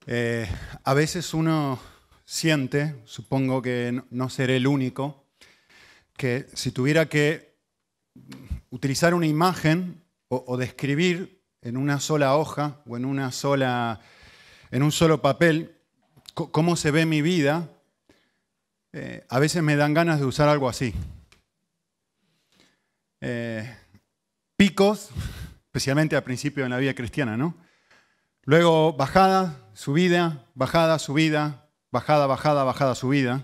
Eh, a veces uno siente, supongo que no seré el único, que si tuviera que utilizar una imagen o describir en una sola hoja o en un solo papel cómo se ve mi vida, a veces me dan ganas de usar algo así. Picos, especialmente al principio de la vida cristiana, ¿no? Luego bajada, subida, bajada, subida, bajada, bajada, bajada, subida.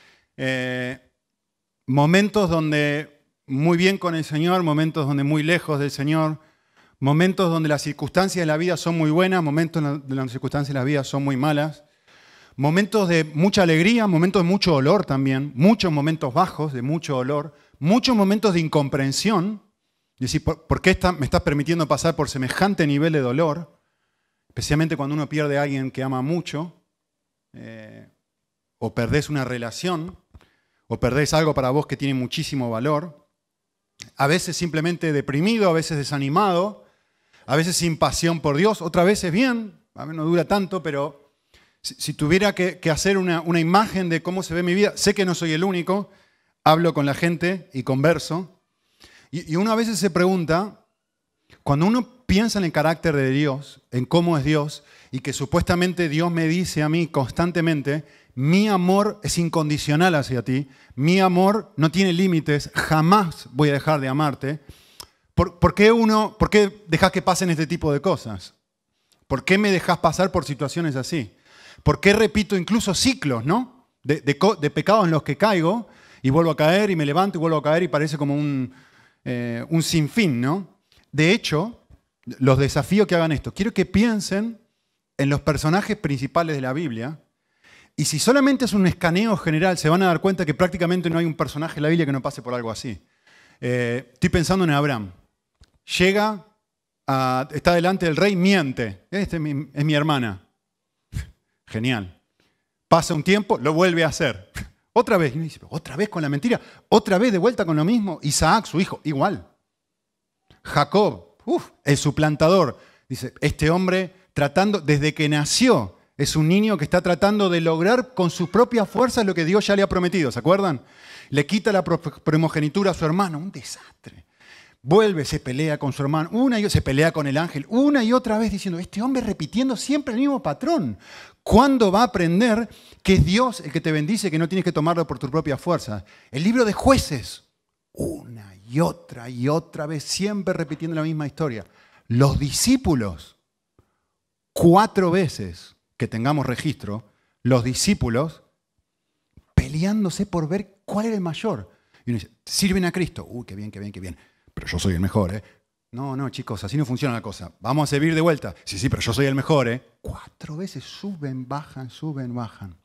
Momentos donde muy bien con el Señor, momentos donde muy lejos del Señor, momentos donde las circunstancias de la vida son muy buenas, momentos donde las circunstancias de la vida son muy malas, momentos de mucha alegría, momentos de mucho dolor también, muchos momentos bajos de mucho dolor, muchos momentos de incomprensión, es decir, ¿por qué me estás permitiendo pasar por semejante nivel de dolor? Especialmente cuando uno pierde a alguien que ama mucho, o perdés una relación, o perdés algo para vos que tiene muchísimo valor. A veces simplemente deprimido, a veces desanimado, a veces sin pasión por Dios, otras veces bien, a ver, no dura tanto, pero si tuviera que hacer una imagen de cómo se ve mi vida, sé que no soy el único, hablo con la gente y converso, y uno a veces se pregunta, cuando uno piensa en el carácter de Dios, en cómo es Dios, y que supuestamente Dios me dice a mí constantemente, mi amor es incondicional hacia ti, mi amor no tiene límites, jamás voy a dejar de amarte. ¿Por qué dejas que pasen este tipo de cosas? ¿Por qué me dejas pasar por situaciones así? ¿Por qué repito incluso ciclos, ¿no? de pecados en los que caigo y vuelvo a caer y me levanto y vuelvo a caer y parece como un sinfín, ¿no? De hecho, los desafío que hagan esto. Quiero que piensen en los personajes principales de la Biblia. Y si solamente es un escaneo general, se van a dar cuenta que prácticamente no hay un personaje en la Biblia que no pase por algo así. Estoy pensando en Abraham. Está delante del rey, miente. Es mi hermana. Genial. Pasa un tiempo, lo vuelve a hacer. Otra vez. Y uno dice, ¿otra vez con la mentira? ¿Otra vez de vuelta con lo mismo? Isaac, su hijo, igual. Jacob, el suplantador. Dice, este hombre tratando, desde que nació, es un niño que está tratando de lograr con sus propias fuerzas lo que Dios ya le ha prometido, ¿se acuerdan? Le quita la primogenitura a su hermano, un desastre. Vuelve, se pelea con su hermano, se pelea con el ángel, una y otra vez diciendo, este hombre repitiendo siempre el mismo patrón. ¿Cuándo va a aprender que es Dios el que te bendice, que no tienes que tomarlo por tus propias fuerzas? El libro de Jueces, una y otra vez, siempre repitiendo la misma historia. Los discípulos, 4 veces que tengamos registro, los discípulos peleándose por ver cuál era el mayor. Y uno dice, sirven a Cristo. Qué bien, qué bien, qué bien. Pero yo soy el mejor, ¿eh? No, chicos, así no funciona la cosa. Vamos a servir de vuelta. Sí, pero yo soy el mejor, ¿eh? 4 veces suben, bajan, suben, bajan.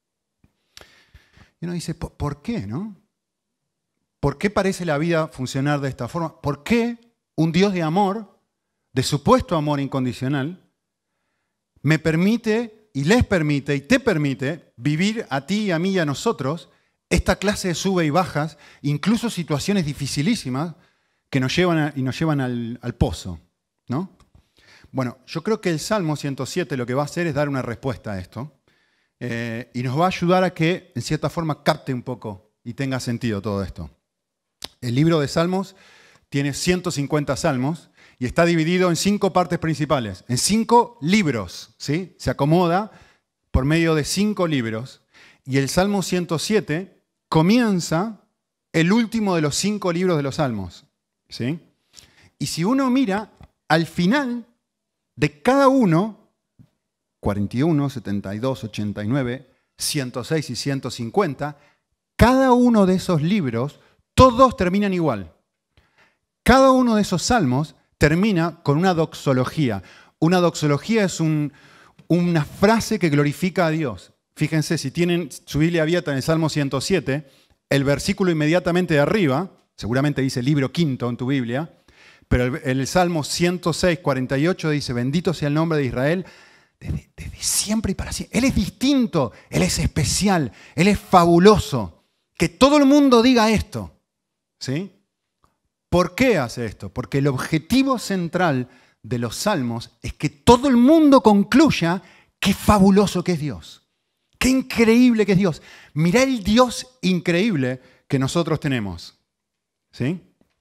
Y uno dice, ¿por qué, no? ¿Por qué parece la vida funcionar de esta forma? ¿Por qué un Dios de amor, de supuesto amor incondicional, me permite y les permite y te permite vivir a ti, a mí y a nosotros esta clase de sube y bajas, incluso situaciones dificilísimas que nos llevan al pozo, ¿no? Bueno, yo creo que el Salmo 107 lo que va a hacer es dar una respuesta a esto y nos va a ayudar a que, en cierta forma, capte un poco y tenga sentido todo esto. El libro de Salmos tiene 150 salmos y está dividido en 5 partes principales, en 5 libros, ¿sí? Se acomoda por medio de 5 libros. Y el Salmo 107 comienza el último de los 5 libros de los Salmos, ¿sí? Y si uno mira, al final de cada uno, 41, 72, 89, 106 y 150, cada uno de esos libros, todos terminan igual. Cada uno de esos salmos termina con una doxología. Una doxología es una frase que glorifica a Dios. Fíjense, si tienen su Biblia abierta en el Salmo 107, el versículo inmediatamente de arriba, seguramente dice libro quinto en tu Biblia, pero el Salmo 106, 48 dice, bendito sea el nombre de Israel desde siempre y para siempre. Él es distinto, Él es especial, Él es fabuloso. Que todo el mundo diga esto, ¿sí? ¿Por qué hace esto? Porque el objetivo central de los salmos es que todo el mundo concluya Qué fabuloso que es Dios. Qué increíble que es Dios. Mirá el Dios increíble que nosotros tenemos. ¿Sí?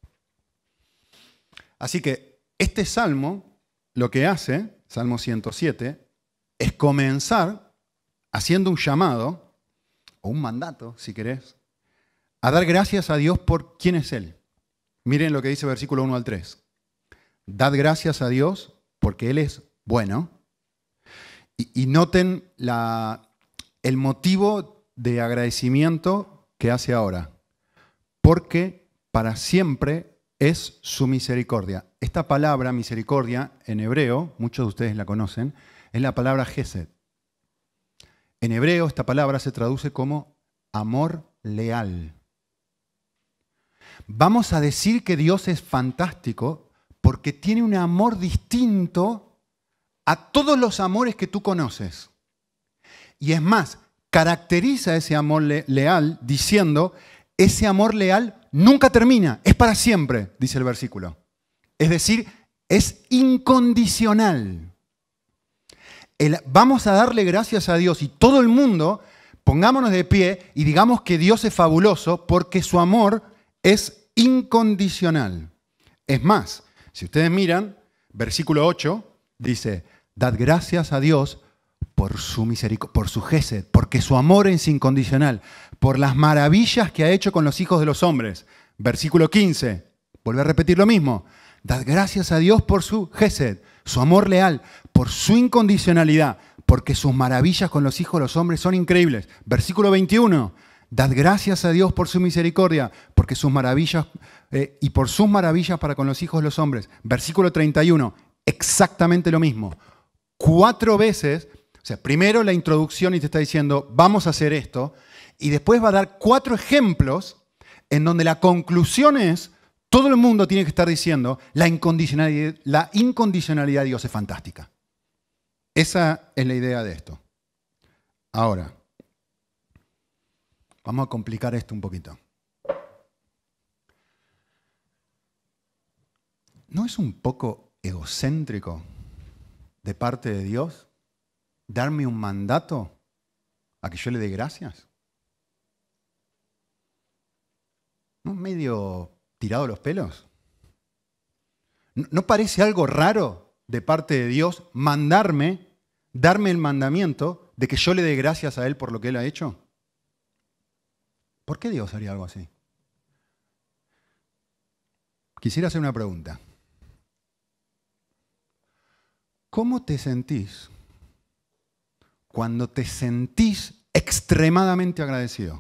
Así que este salmo lo que hace, Salmo 107, es comenzar haciendo un llamado, o un mandato, si querés, a dar gracias a Dios por quién es Él. Miren lo que dice versículo 1 al 3. Dad gracias a Dios porque Él es bueno. Y noten el motivo de agradecimiento que hace ahora. Porque para siempre es su misericordia. Esta palabra, misericordia, en hebreo, muchos de ustedes la conocen, es la palabra Gesed. En hebreo esta palabra se traduce como amor leal. Vamos a decir que Dios es fantástico porque tiene un amor distinto a todos los amores que tú conoces. Y es más, caracteriza ese amor leal diciendo, ese amor leal nunca termina, es para siempre, dice el versículo. Es decir, es incondicional. Vamos a darle gracias a Dios y todo el mundo, pongámonos de pie y digamos que Dios es fabuloso porque su amor es incondicional. Es más, si ustedes miran, versículo 8 dice, dad gracias a Dios por su misericordia, por su gesed, porque su amor es incondicional, por las maravillas que ha hecho con los hijos de los hombres. Versículo 15, vuelve a repetir lo mismo. Dad gracias a Dios por su gesed, su amor leal, por su incondicionalidad, porque sus maravillas con los hijos de los hombres son increíbles. Versículo 21, dad gracias a Dios por su misericordia, porque sus maravillas, y por sus maravillas para con los hijos de los hombres. Versículo 31, exactamente lo mismo. 4 veces, o sea, primero la introducción y te está diciendo, vamos a hacer esto, y después va a dar 4 ejemplos en donde la conclusión es, todo el mundo tiene que estar diciendo, la incondicionalidad de Dios es fantástica. Esa es la idea de esto. Ahora, vamos a complicar esto un poquito. ¿No es un poco egocéntrico de parte de Dios darme un mandato a que yo le dé gracias? ¿No es medio tirado los pelos? ¿No parece algo raro de parte de Dios darme el mandamiento de que yo le dé gracias a Él por lo que Él ha hecho? ¿Por qué Dios haría algo así? Quisiera hacer una pregunta. ¿Cómo te sentís cuando te sentís extremadamente agradecido?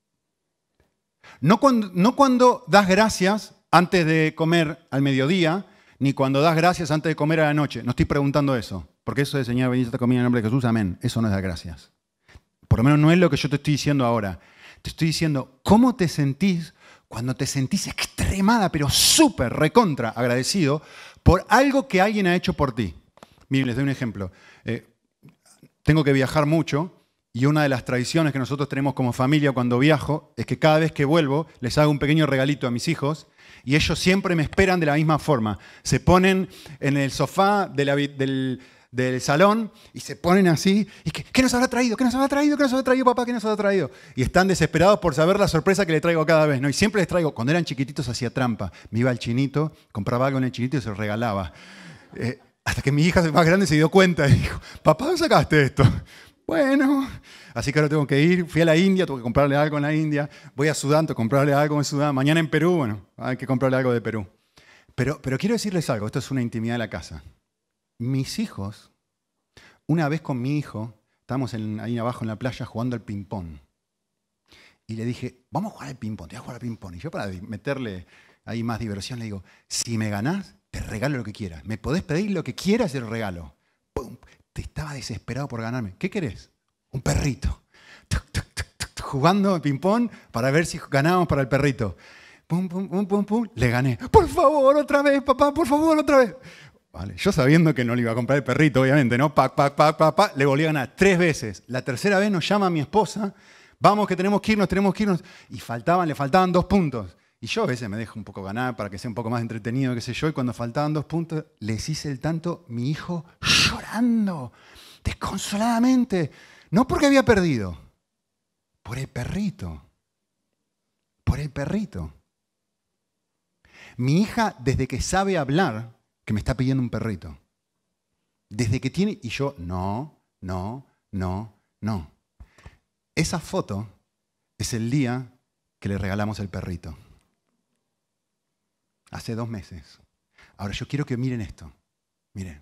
No cuando das gracias antes de comer al mediodía, ni cuando das gracias antes de comer a la noche. No estoy preguntando eso, porque eso de Señor, bendita esta comida en el nombre de Jesús, amén. Eso no es dar gracias. Por lo menos no es lo que yo te estoy diciendo ahora. Te estoy diciendo, ¿cómo te sentís cuando te sentís extremada, pero súper recontra agradecido por algo que alguien ha hecho por ti? Miren, les doy un ejemplo. Tengo que viajar mucho y una de las tradiciones que nosotros tenemos como familia cuando viajo es que cada vez que vuelvo les hago un pequeño regalito a mis hijos y ellos siempre me esperan de la misma forma. Se ponen en el sofá del salón y se ponen así. ¿Y qué nos habrá traído? ¿Qué nos habrá traído? ¿Qué nos habrá traído, papá? ¿Qué nos habrá traído? Y están desesperados por saber la sorpresa que le traigo cada vez, ¿no? Y siempre les traigo, cuando eran chiquititos hacía trampa. Me iba al chinito, compraba algo en el chinito y se lo regalaba. Hasta que mi hija más grande se dio cuenta y dijo, papá, ¿dónde sacaste esto? Bueno, así que ahora tengo que ir. Fui a la India, tengo que comprarle algo en la India. Voy a Sudán, tengo que comprarle algo en Sudán. Mañana en Perú, bueno, hay que comprarle algo de Perú. Pero quiero decirles algo, esto es una intimidad de la casa. Mis hijos, una vez con mi hijo, estábamos ahí abajo en la playa jugando al ping-pong. Y le dije, vamos a jugar al ping-pong, te voy a jugar al ping-pong. Y yo para meterle ahí más diversión le digo, si me ganás, te regalo lo que quieras. Me podés pedir lo que quieras y te lo regalo. ¡Pum! Te estaba desesperado por ganarme. ¿Qué querés? Un perrito. Jugando ping-pong para ver si ganábamos para el perrito. Pum, pum, pum, pum, pum. Le gané. Por favor, otra vez, papá, por favor, otra vez. Vale. Yo sabiendo que no le iba a comprar el perrito, obviamente, ¿no? Le volví a ganar 3 veces. La tercera vez nos llama mi esposa. Vamos, que tenemos que irnos. Y le faltaban 2 puntos. Y yo a veces me dejo un poco ganar para que sea un poco más entretenido, qué sé yo. Y cuando faltaban 2 puntos, les hice el tanto, mi hijo llorando. desconsoladamente. No porque había perdido, por el perrito. Por el perrito. Mi hija, desde que sabe hablar, que me está pidiendo un perrito. Desde que tiene... Y yo, no. Esa foto es el día que le regalamos el perrito. Hace 2 meses. Ahora yo quiero que miren esto. Miren.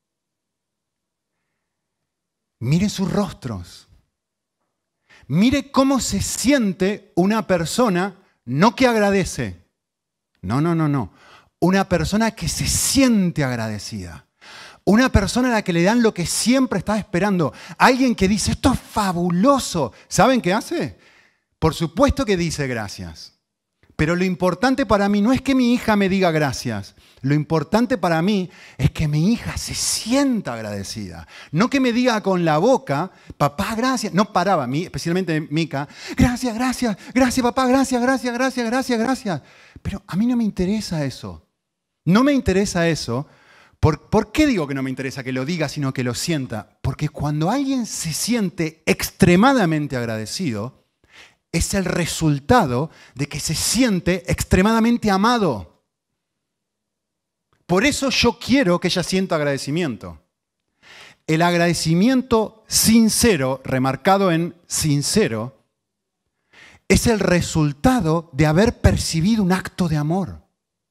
Miren sus rostros. Mire cómo se siente una persona, no que agradece. No. Una persona que se siente agradecida. Una persona a la que le dan lo que siempre está esperando. Alguien que dice, esto es fabuloso. ¿Saben qué hace? Por supuesto que dice gracias. Pero lo importante para mí no es que mi hija me diga gracias. Lo importante para mí es que mi hija se sienta agradecida. No que me diga con la boca, papá, gracias. No paraba, especialmente Mica, gracias papá, gracias. Pero a mí no me interesa eso. No me interesa eso. ¿Por qué digo que no me interesa que lo diga, sino que lo sienta? Porque cuando alguien se siente extremadamente agradecido, es el resultado de que se siente extremadamente amado. Por eso yo quiero que ella sienta agradecimiento. El agradecimiento sincero, remarcado en sincero, es el resultado de haber percibido un acto de amor.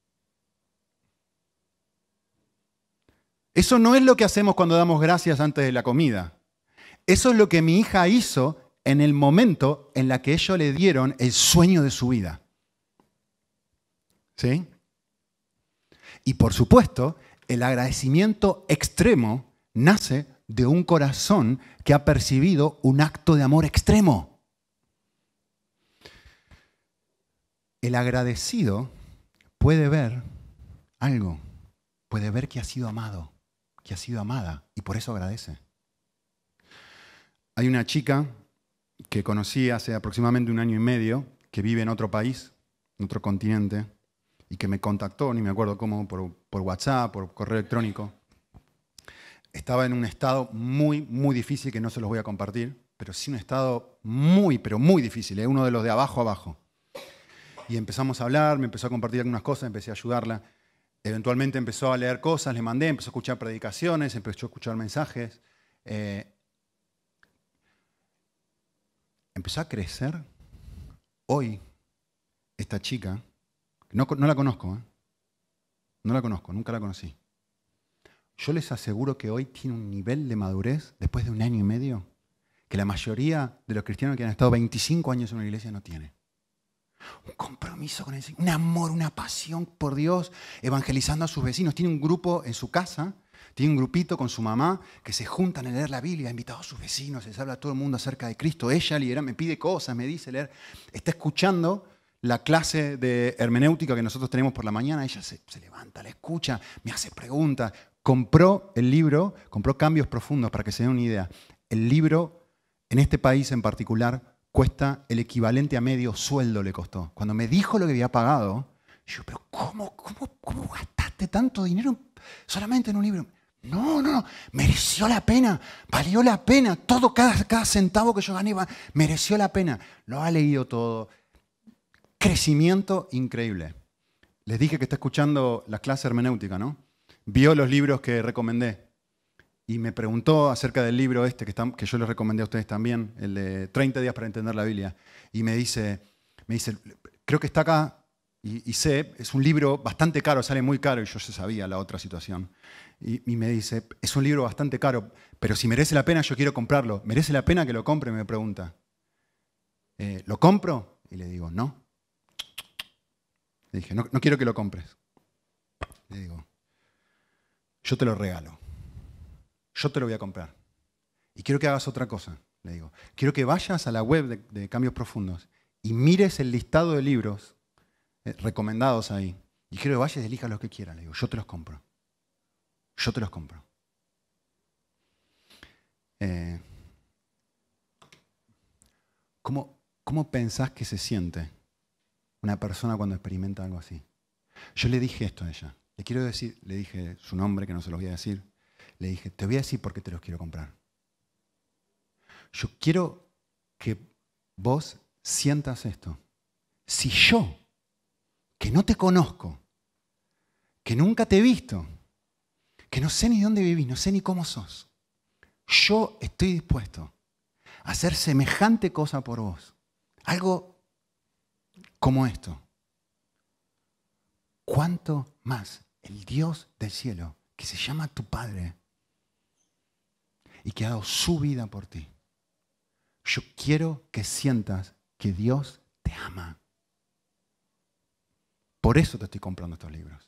Eso no es lo que hacemos cuando damos gracias antes de la comida. Eso es lo que mi hija hizo en el momento en la que ellos le dieron el sueño de su vida. ¿Sí? Y por supuesto, el agradecimiento extremo nace de un corazón que ha percibido un acto de amor extremo. El agradecido puede ver algo, puede ver que ha sido amado, que ha sido amada, y por eso agradece. Hay una chica que conocí hace aproximadamente 1 año y medio, que vive en otro país, en otro continente, y que me contactó, ni me acuerdo cómo, por WhatsApp, por correo electrónico. Estaba en un estado muy, muy difícil, que no se los voy a compartir, pero sí un estado muy, pero muy difícil, uno de los de abajo a abajo. Y empezamos a hablar, me empezó a compartir algunas cosas, empecé a ayudarla. Eventualmente empezó a leer cosas, le mandé, empezó a escuchar predicaciones, empezó a escuchar mensajes. Empezó a crecer. Hoy, esta chica, no la conozco, no la conozco, nunca la conocí. Yo les aseguro que hoy tiene un nivel de madurez, después de 1 año y medio, que la mayoría de los cristianos que han estado 25 años en una iglesia no tienen. Un compromiso con el Señor, un amor, una pasión por Dios, evangelizando a sus vecinos. Tiene un grupo en su casa, tiene un grupito con su mamá que se juntan a leer la Biblia, ha invitado a sus vecinos, les habla a todo el mundo acerca de Cristo. Ella lidera, me pide cosas, me dice leer. Está escuchando la clase de hermenéutica que nosotros tenemos por la mañana. Ella se levanta, la escucha, me hace preguntas. Compró el libro, compró Cambios Profundos, para que se den una idea. El libro, en este país en particular, cuesta el equivalente a medio sueldo le costó. Cuando me dijo lo que había pagado, yo, pero ¿cómo gastaste tanto dinero solamente en un libro? No, mereció la pena, valió la pena, todo, cada centavo que yo gané, mereció la pena. Lo ha leído todo. Crecimiento increíble. Les dije que está escuchando la clase hermenéutica, ¿no? Vio los libros que recomendé. Y me preguntó acerca del libro que yo les recomendé a ustedes también, el de 30 días para entender la Biblia. Y me dice, creo que está acá, y sé, es un libro bastante caro, sale muy caro, y yo ya sabía la otra situación. Y me dice, es un libro bastante caro, pero si merece la pena, yo quiero comprarlo. ¿Merece la pena que lo compre? Me pregunta. ¿Lo compro? Y le digo, no. Le dije, no quiero que lo compres. Le digo, yo te lo regalo. Yo te lo voy a comprar. Y quiero que hagas otra cosa, le digo. Quiero que vayas a la web de Cambios Profundos y mires el listado de libros recomendados ahí. Y quiero que vayas y elijas los que quieras. Le digo, yo te los compro. Yo te los compro. ¿Cómo pensás que se siente una persona cuando experimenta algo así? Yo le dije esto a ella. Le dije su nombre, que no se los voy a decir. Le dije, te voy a decir por qué te los quiero comprar. yo quiero que vos sientas esto. Si yo, que no te conozco, que nunca te he visto, que no sé ni dónde vivís, no sé ni cómo sos, yo estoy dispuesto a hacer semejante cosa por vos. Algo como esto. ¿Cuánto más el Dios del cielo, que se llama tu Padre y que ha dado su vida por ti? Yo quiero que sientas que Dios te ama. Por eso te estoy comprando estos libros.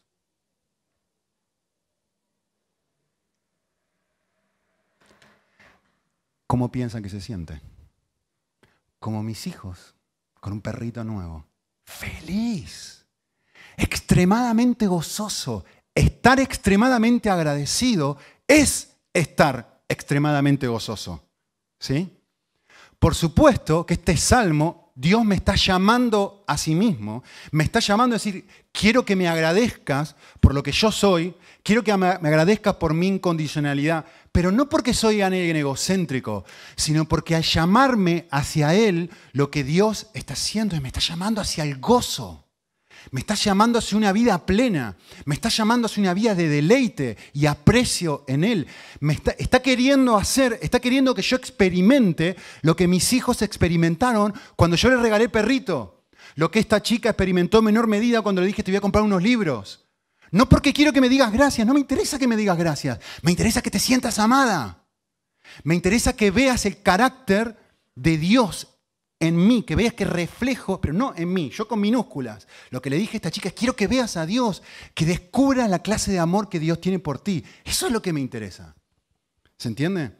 ¿Cómo piensan que se siente? Como mis hijos, con un perrito nuevo. Feliz, extremadamente gozoso. Estar extremadamente agradecido es estar extremadamente gozoso. ¿Sí? Por supuesto que este salmo, Dios me está llamando a sí mismo, me está llamando a decir, quiero que me agradezcas por lo que yo soy, quiero que me agradezcas por mi incondicionalidad, pero no porque soy alguien egocéntrico, sino porque al llamarme hacia Él, lo que Dios está haciendo es me está llamando hacia el gozo. Me está llamando hacia una vida plena, me está llamando hacia una vida de deleite y aprecio en Él. Está queriendo que yo experimente lo que mis hijos experimentaron cuando yo les regalé perrito. Lo que esta chica experimentó en menor medida cuando le dije te voy a comprar unos libros. No porque quiero que me digas gracias, no me interesa que me digas gracias. Me interesa que te sientas amada. Me interesa que veas el carácter de Dios en mí, que veas que reflejo, pero no en mí, yo con minúsculas. Lo que le dije a esta chica es, quiero que veas a Dios, que descubras la clase de amor que Dios tiene por ti. Eso es lo que me interesa. ¿Se entiende?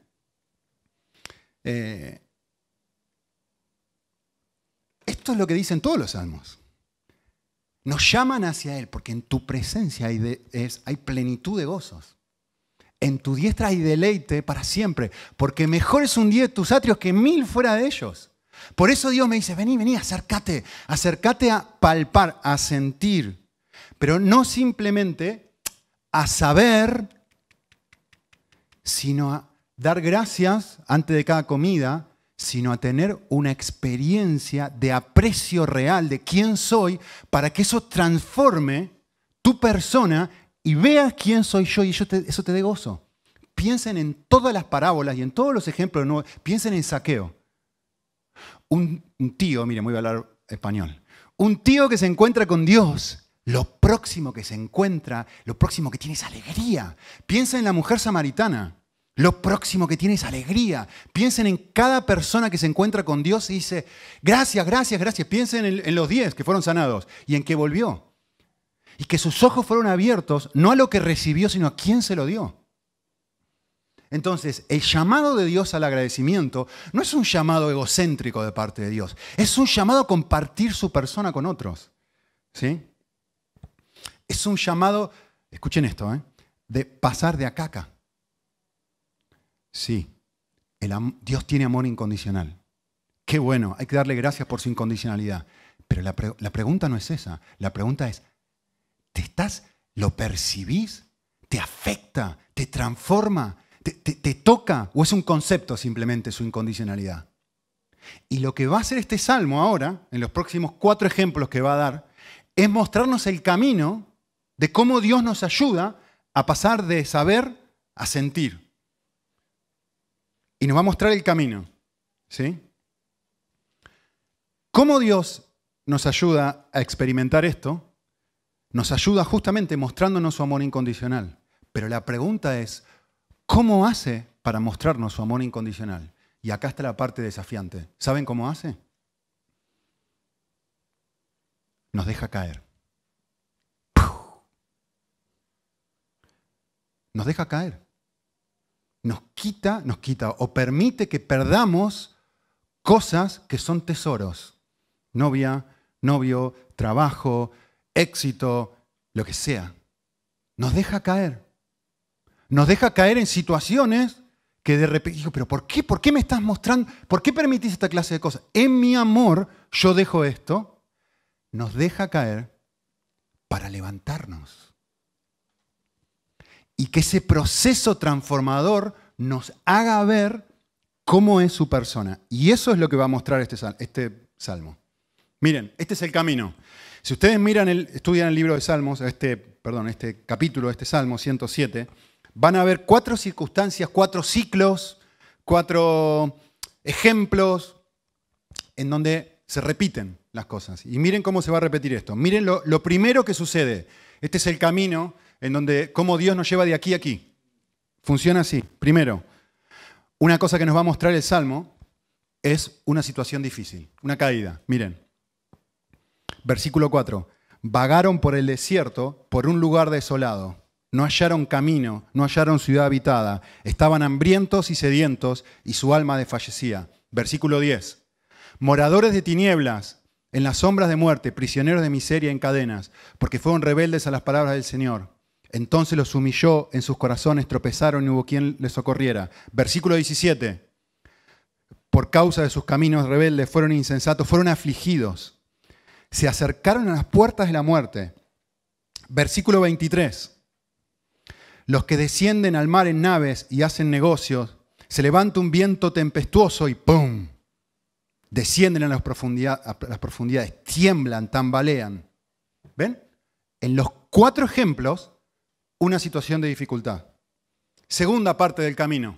Esto es lo que dicen todos los salmos. Nos llaman hacia Él, porque en tu presencia hay plenitud de gozos. En tu diestra hay deleite para siempre, porque mejor es un día de tus atrios que 1000 fuera de ellos. Por eso Dios me dice, vení, acércate a palpar, a sentir, pero no simplemente a saber, sino a dar gracias antes de cada comida, sino a tener una experiencia de aprecio real de quién soy, para que eso transforme tu persona y veas quién soy yo y eso te dé gozo. Piensen en todas las parábolas y en todos los ejemplos, no, piensen en Zaqueo. Un tío, miren, voy a hablar español. Un tío que se encuentra con Dios, lo próximo que se encuentra, lo próximo que tiene es alegría. Piensa en la mujer samaritana, lo próximo que tiene es alegría. Piensen en cada persona que se encuentra con Dios y dice, gracias. Piensen en los 10 que fueron sanados y en que volvió. Y que sus ojos fueron abiertos, no a lo que recibió, sino a quién se lo dio. Entonces, el llamado de Dios al agradecimiento no es un llamado egocéntrico de parte de Dios. Es un llamado a compartir su persona con otros. ¿Sí? Es un llamado, escuchen esto, de pasar de acá a acá. Sí, Dios tiene amor incondicional. Qué bueno, hay que darle gracias por su incondicionalidad. Pero la pregunta no es esa. La pregunta es, ¿lo percibís? ¿Te afecta? ¿Te transforma? ¿Te toca? ¿O es un concepto simplemente su incondicionalidad? Y lo que va a hacer este salmo ahora, en los próximos 4 ejemplos que va a dar, es mostrarnos el camino de cómo Dios nos ayuda a pasar de saber a sentir. Y nos va a mostrar el camino. ¿Sí? ¿Cómo Dios nos ayuda a experimentar esto? Nos ayuda justamente mostrándonos su amor incondicional. Pero la pregunta es, ¿cómo hace para mostrarnos su amor incondicional? Y acá está la parte desafiante. ¿Saben cómo hace? Nos deja caer. Nos deja caer. Nos quita o permite que perdamos cosas que son tesoros. Novia, novio, trabajo, éxito, lo que sea. Nos deja caer. Nos deja caer en situaciones que de repente digo, pero ¿por qué? ¿Por qué me estás mostrando? ¿Por qué permitís esta clase de cosas? En mi amor yo dejo esto. Nos deja caer para levantarnos. Y que ese proceso transformador nos haga ver cómo es su persona. Y eso es lo que va a mostrar este salmo. Miren, este es el camino. Si ustedes estudian el libro de Salmos, este capítulo, este Salmo 107, van a ver 4 circunstancias, 4 ciclos, 4 ejemplos en donde se repiten las cosas. Y miren cómo se va a repetir esto. Miren lo primero que sucede. Este es el camino en donde cómo Dios nos lleva de aquí a aquí. Funciona así. Primero, una cosa que nos va a mostrar el Salmo es una situación difícil, una caída. Miren, versículo 4. Vagaron por el desierto, por un lugar desolado. No hallaron camino, no hallaron ciudad habitada. Estaban hambrientos y sedientos y su alma desfallecía. Versículo 10. Moradores de tinieblas, en las sombras de muerte, prisioneros de miseria en cadenas, porque fueron rebeldes a las palabras del Señor. Entonces los humilló, en sus corazones tropezaron y hubo quien les socorriera. Versículo 17. Por causa de sus caminos rebeldes fueron insensatos, fueron afligidos. Se acercaron a las puertas de la muerte. Versículo 23. Los que descienden al mar en naves y hacen negocios, se levanta un viento tempestuoso y ¡pum! Descienden a las profundidades, tiemblan, tambalean. ¿Ven? En los 4 ejemplos, una situación de dificultad. Segunda parte del camino.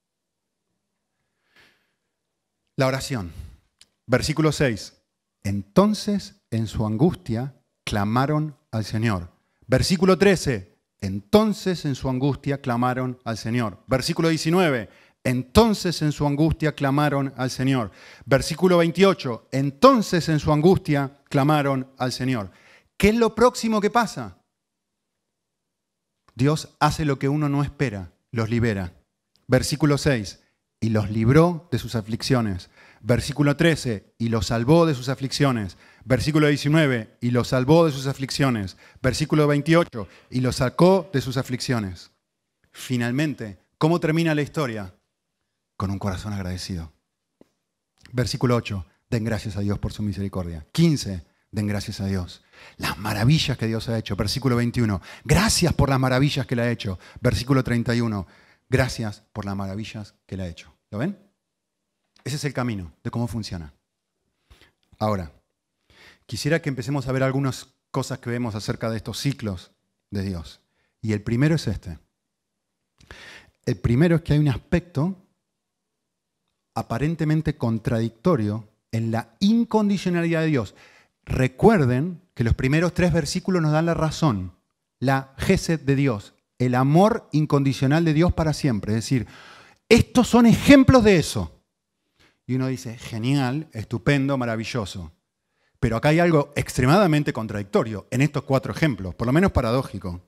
La oración. Versículo 6. Entonces, en su angustia, clamaron al Señor. Versículo 13. Entonces, en su angustia, clamaron al Señor. Versículo 19. Entonces en su angustia clamaron al Señor. Versículo 28. Entonces en su angustia clamaron al Señor. ¿Qué es lo próximo que pasa? Dios hace lo que uno no espera, los libera. Versículo 6. Y los libró de sus aflicciones. Versículo 13. Y los salvó de sus aflicciones. Versículo 19. Y los salvó de sus aflicciones. Versículo 28. Y los sacó de sus aflicciones. Finalmente, ¿cómo termina la historia? Con un corazón agradecido. Versículo 8. Den gracias a Dios por su misericordia. 15. Den gracias a Dios. Las maravillas que Dios ha hecho. Versículo 21. Gracias por las maravillas que le ha hecho. Versículo 31. Gracias por las maravillas que le ha hecho. ¿Lo ven? Ese es el camino de cómo funciona. Ahora, quisiera que empecemos a ver algunas cosas que vemos acerca de estos ciclos de Dios. Y el primero es este. El primero es que hay un aspecto aparentemente contradictorio en la incondicionalidad de Dios. Recuerden que los primeros 3 versículos nos dan la razón, la gesed de Dios, el amor incondicional de Dios para siempre. Es decir, estos son ejemplos de eso. Y uno dice, genial, estupendo, maravilloso. Pero acá hay algo extremadamente contradictorio en estos 4 ejemplos, por lo menos paradójico.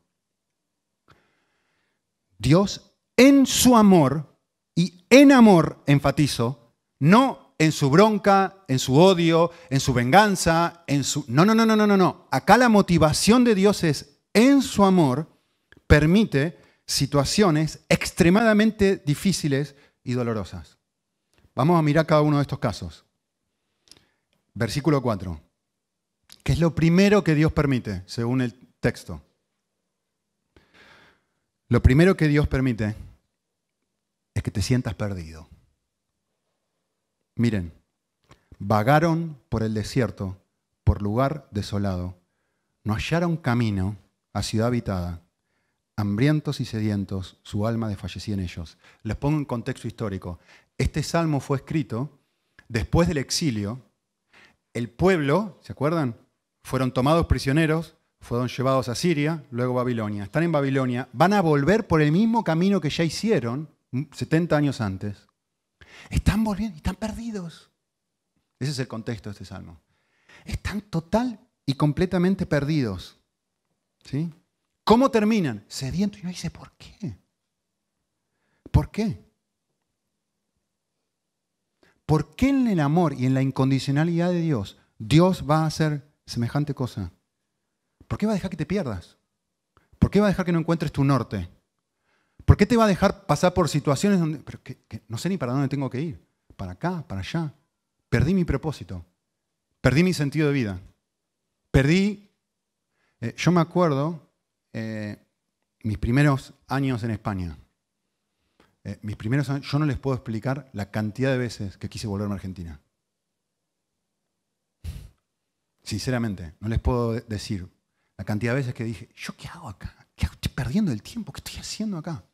Dios en su amor, y en amor, enfatizo, no en su bronca, en su odio, en su venganza, en su... No. Acá la motivación de Dios es, en su amor, permite situaciones extremadamente difíciles y dolorosas. Vamos a mirar cada uno de estos casos. Versículo 4. ¿Qué es lo primero que Dios permite, según el texto? Lo primero que Dios permite es que te sientas perdido. Miren, vagaron por el desierto, por lugar desolado, no hallaron camino a ciudad habitada, hambrientos y sedientos, su alma desfallecía en ellos. Les pongo en contexto histórico. Este salmo fue escrito después del exilio. El pueblo, ¿se acuerdan? Fueron tomados prisioneros, fueron llevados a Siria, luego a Babilonia. Están en Babilonia, van a volver por el mismo camino que ya hicieron 70 años antes. Están volviendo y están perdidos. Ese es el contexto de este salmo. Están total y completamente perdidos. ¿Sí? ¿Cómo terminan? Sedientos. Y uno dice, ¿por qué? ¿Por qué? ¿Por qué en el amor y en la incondicionalidad de Dios, Dios va a hacer semejante cosa? ¿Por qué va a dejar que te pierdas? ¿Por qué va a dejar que no encuentres tu norte? ¿Por qué te va a dejar pasar por situaciones donde que no sé ni para dónde tengo que ir? ¿Para acá? ¿Para allá? Perdí mi propósito. Perdí mi sentido de vida. Yo me acuerdo mis primeros años en España. Mis primeros años, yo no les puedo explicar la cantidad de veces que quise volverme a Argentina. Sinceramente, no les puedo decir la cantidad de veces que dije, ¿yo qué hago acá? ¿Qué hago? Estoy perdiendo el tiempo. ¿Qué estoy haciendo acá?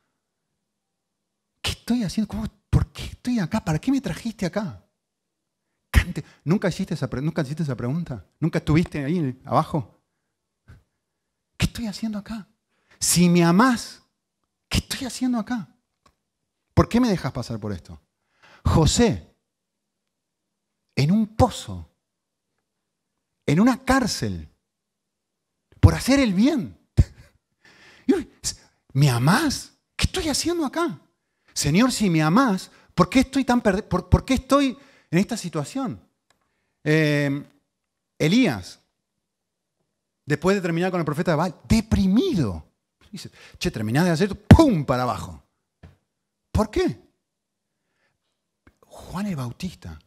¿Qué estoy haciendo? ¿Por qué estoy acá? ¿Para qué me trajiste acá? ¿Nunca hiciste esa pregunta? ¿Nunca estuviste ahí abajo? ¿Qué estoy haciendo acá? Si me amás, ¿qué estoy haciendo acá? ¿Por qué me dejas pasar por esto? José, en un pozo, en una cárcel, por hacer el bien. ¿Me amás? ¿Qué estoy haciendo acá? Señor, si me amás, ¿por qué estoy tan perdido? ¿Por qué estoy en esta situación? Elías, después de terminar con el profeta de Baal, deprimido. Dice, che, terminás de hacer esto, ¡pum!, para abajo. ¿Por qué? Juan el Bautista.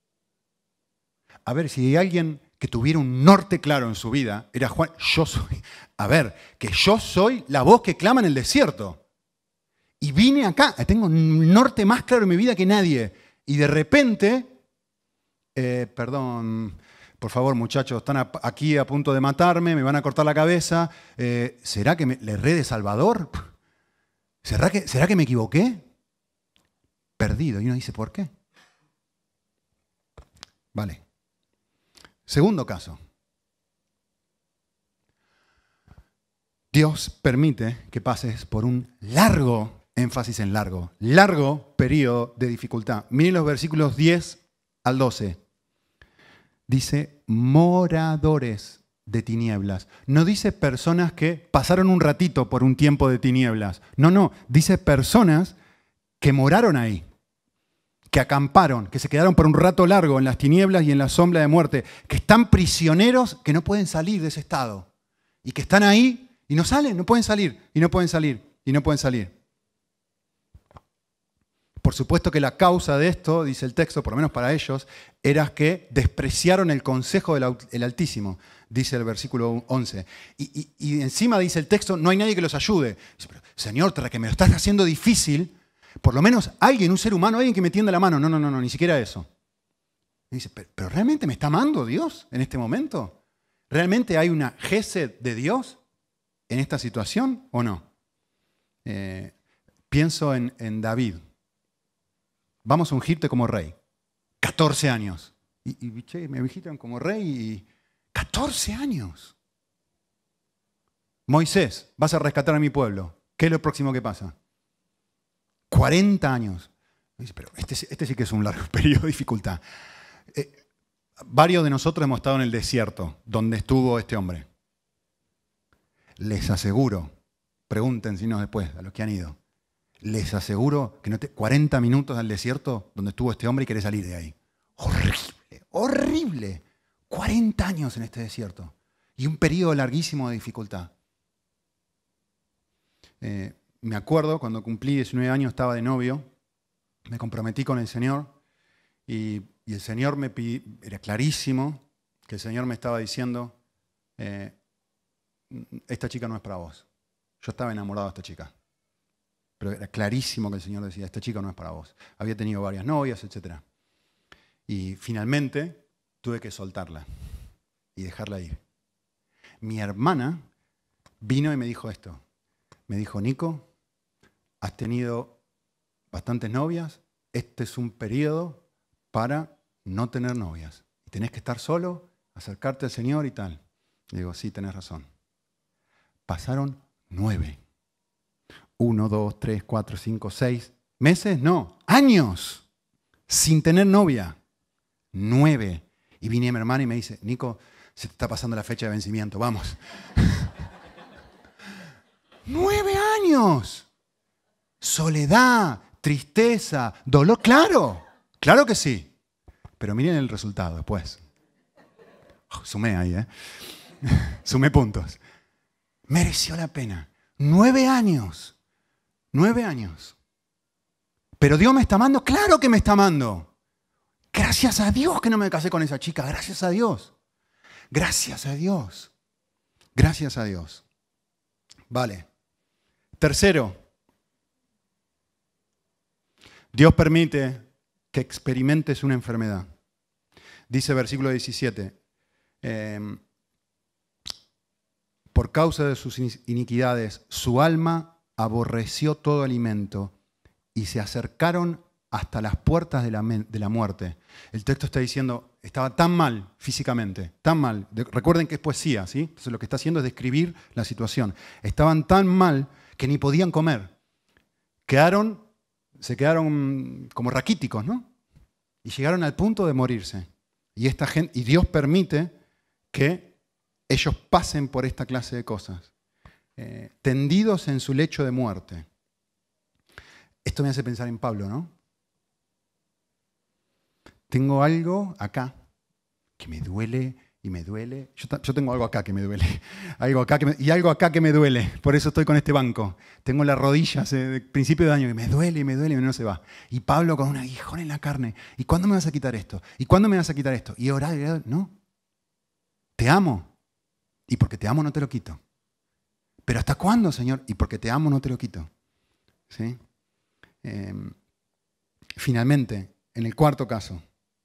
A ver, si hay alguien que tuviera un norte claro en su vida, era Juan. Que yo soy la voz que clama en el desierto. Y vine acá, tengo un norte más claro en mi vida que nadie. Y de repente, perdón, por favor muchachos, están aquí a punto de matarme, me van a cortar la cabeza. ¿Será que le erré de Salvador? ¿Será que me equivoqué? Perdido. Y uno dice, ¿por qué? Vale. Segundo caso. Dios permite que pases por un largo, énfasis en largo periodo de dificultad. Miren los versículos 10 al 12. Dice, moradores de tinieblas. No dice personas que pasaron un ratito por un tiempo de tinieblas. No, dice personas que moraron ahí, que acamparon, que se quedaron por un rato largo en las tinieblas y en la sombra de muerte, que están prisioneros, que no pueden salir de ese estado, y que están ahí y no salen, no pueden salir, y no pueden salir, y no pueden salir. Por supuesto que la causa de esto, dice el texto, por lo menos para ellos, era que despreciaron el consejo del Altísimo, dice el versículo 11. Y encima dice el texto, no hay nadie que los ayude. Dice, pero, Señor, tras que me lo estás haciendo difícil, por lo menos alguien, un ser humano, alguien que me tienda la mano. No, ni siquiera eso. Y dice, ¿pero realmente me está amando Dios en este momento? ¿Realmente hay una gesed de Dios en esta situación o no? Pienso en David. Vamos a ungirte como rey. 14 años. Y che, me ungieron como rey y 14 años. Moisés, vas a rescatar a mi pueblo. ¿Qué es lo próximo que pasa? 40 años. Dice, pero este sí que es un largo periodo de dificultad. Varios de nosotros hemos estado en el desierto, donde estuvo este hombre. Les aseguro, pregunten si no después, a los que han ido, les aseguro que 40 minutos al desierto donde estuvo este hombre y querés salir de ahí. Horrible. 40 años en este desierto. Y un periodo larguísimo de dificultad. Me acuerdo, cuando cumplí 19 años, estaba de novio, me comprometí con el Señor y el Señor me pidió, era clarísimo que el Señor me estaba diciendo, esta chica no es para vos. Yo estaba enamorado de esta chica, pero era clarísimo que el Señor decía, esta chica no es para vos. Había tenido varias novias, etc. Y finalmente tuve que soltarla y dejarla ir. Mi hermana vino y me dijo esto. Me dijo, Nico, has tenido bastantes novias, este es un periodo para no tener novias. Tenés que estar solo, acercarte al Señor y tal. Le digo, sí, tenés razón. Pasaron 9. 1, 2, 3, 4, 5, 6 meses, no, años, sin tener novia. 9. Y vine a mi hermana y me dice, Nico, se te está pasando la fecha de vencimiento, vamos. 9 años. Soledad, tristeza, dolor, claro que sí. Pero miren el resultado después. Sumé ahí, Sumé puntos. Mereció la pena. 9 años. 9 años. Pero Dios me está amando, claro que me está amando. Gracias a Dios que no me casé con esa chica, gracias a Dios. Gracias a Dios. Gracias a Dios. Vale. Tercero, Dios permite que experimentes una enfermedad. Dice versículo 17, por causa de sus iniquidades, su alma aborreció todo alimento y se acercaron hasta las puertas de la muerte. El texto está diciendo, estaba tan mal físicamente, tan mal. Recuerden que es poesía, ¿sí? Entonces lo que está haciendo es describir la situación. Estaban tan mal que ni podían comer. Se quedaron como raquíticos, ¿no? Y llegaron al punto de morirse. Y Dios permite que ellos pasen por esta clase de cosas, tendidos en su lecho de muerte. Esto me hace pensar en Pablo, ¿no? Tengo algo acá que me duele y me duele. Yo tengo algo acá que me duele. Algo acá y algo acá que me duele. Por eso estoy con este banco. Tengo la rodilla hace principio de año que me duele y no se va. Y Pablo con un aguijón en la carne. ¿Y cuándo me vas a quitar esto? ¿Y cuándo me vas a quitar esto? Y orar, no. Te amo. Y porque te amo no te lo quito. ¿Pero hasta cuándo, Señor? Y porque te amo no te lo quito. ¿Sí? Finalmente, en el cuarto caso.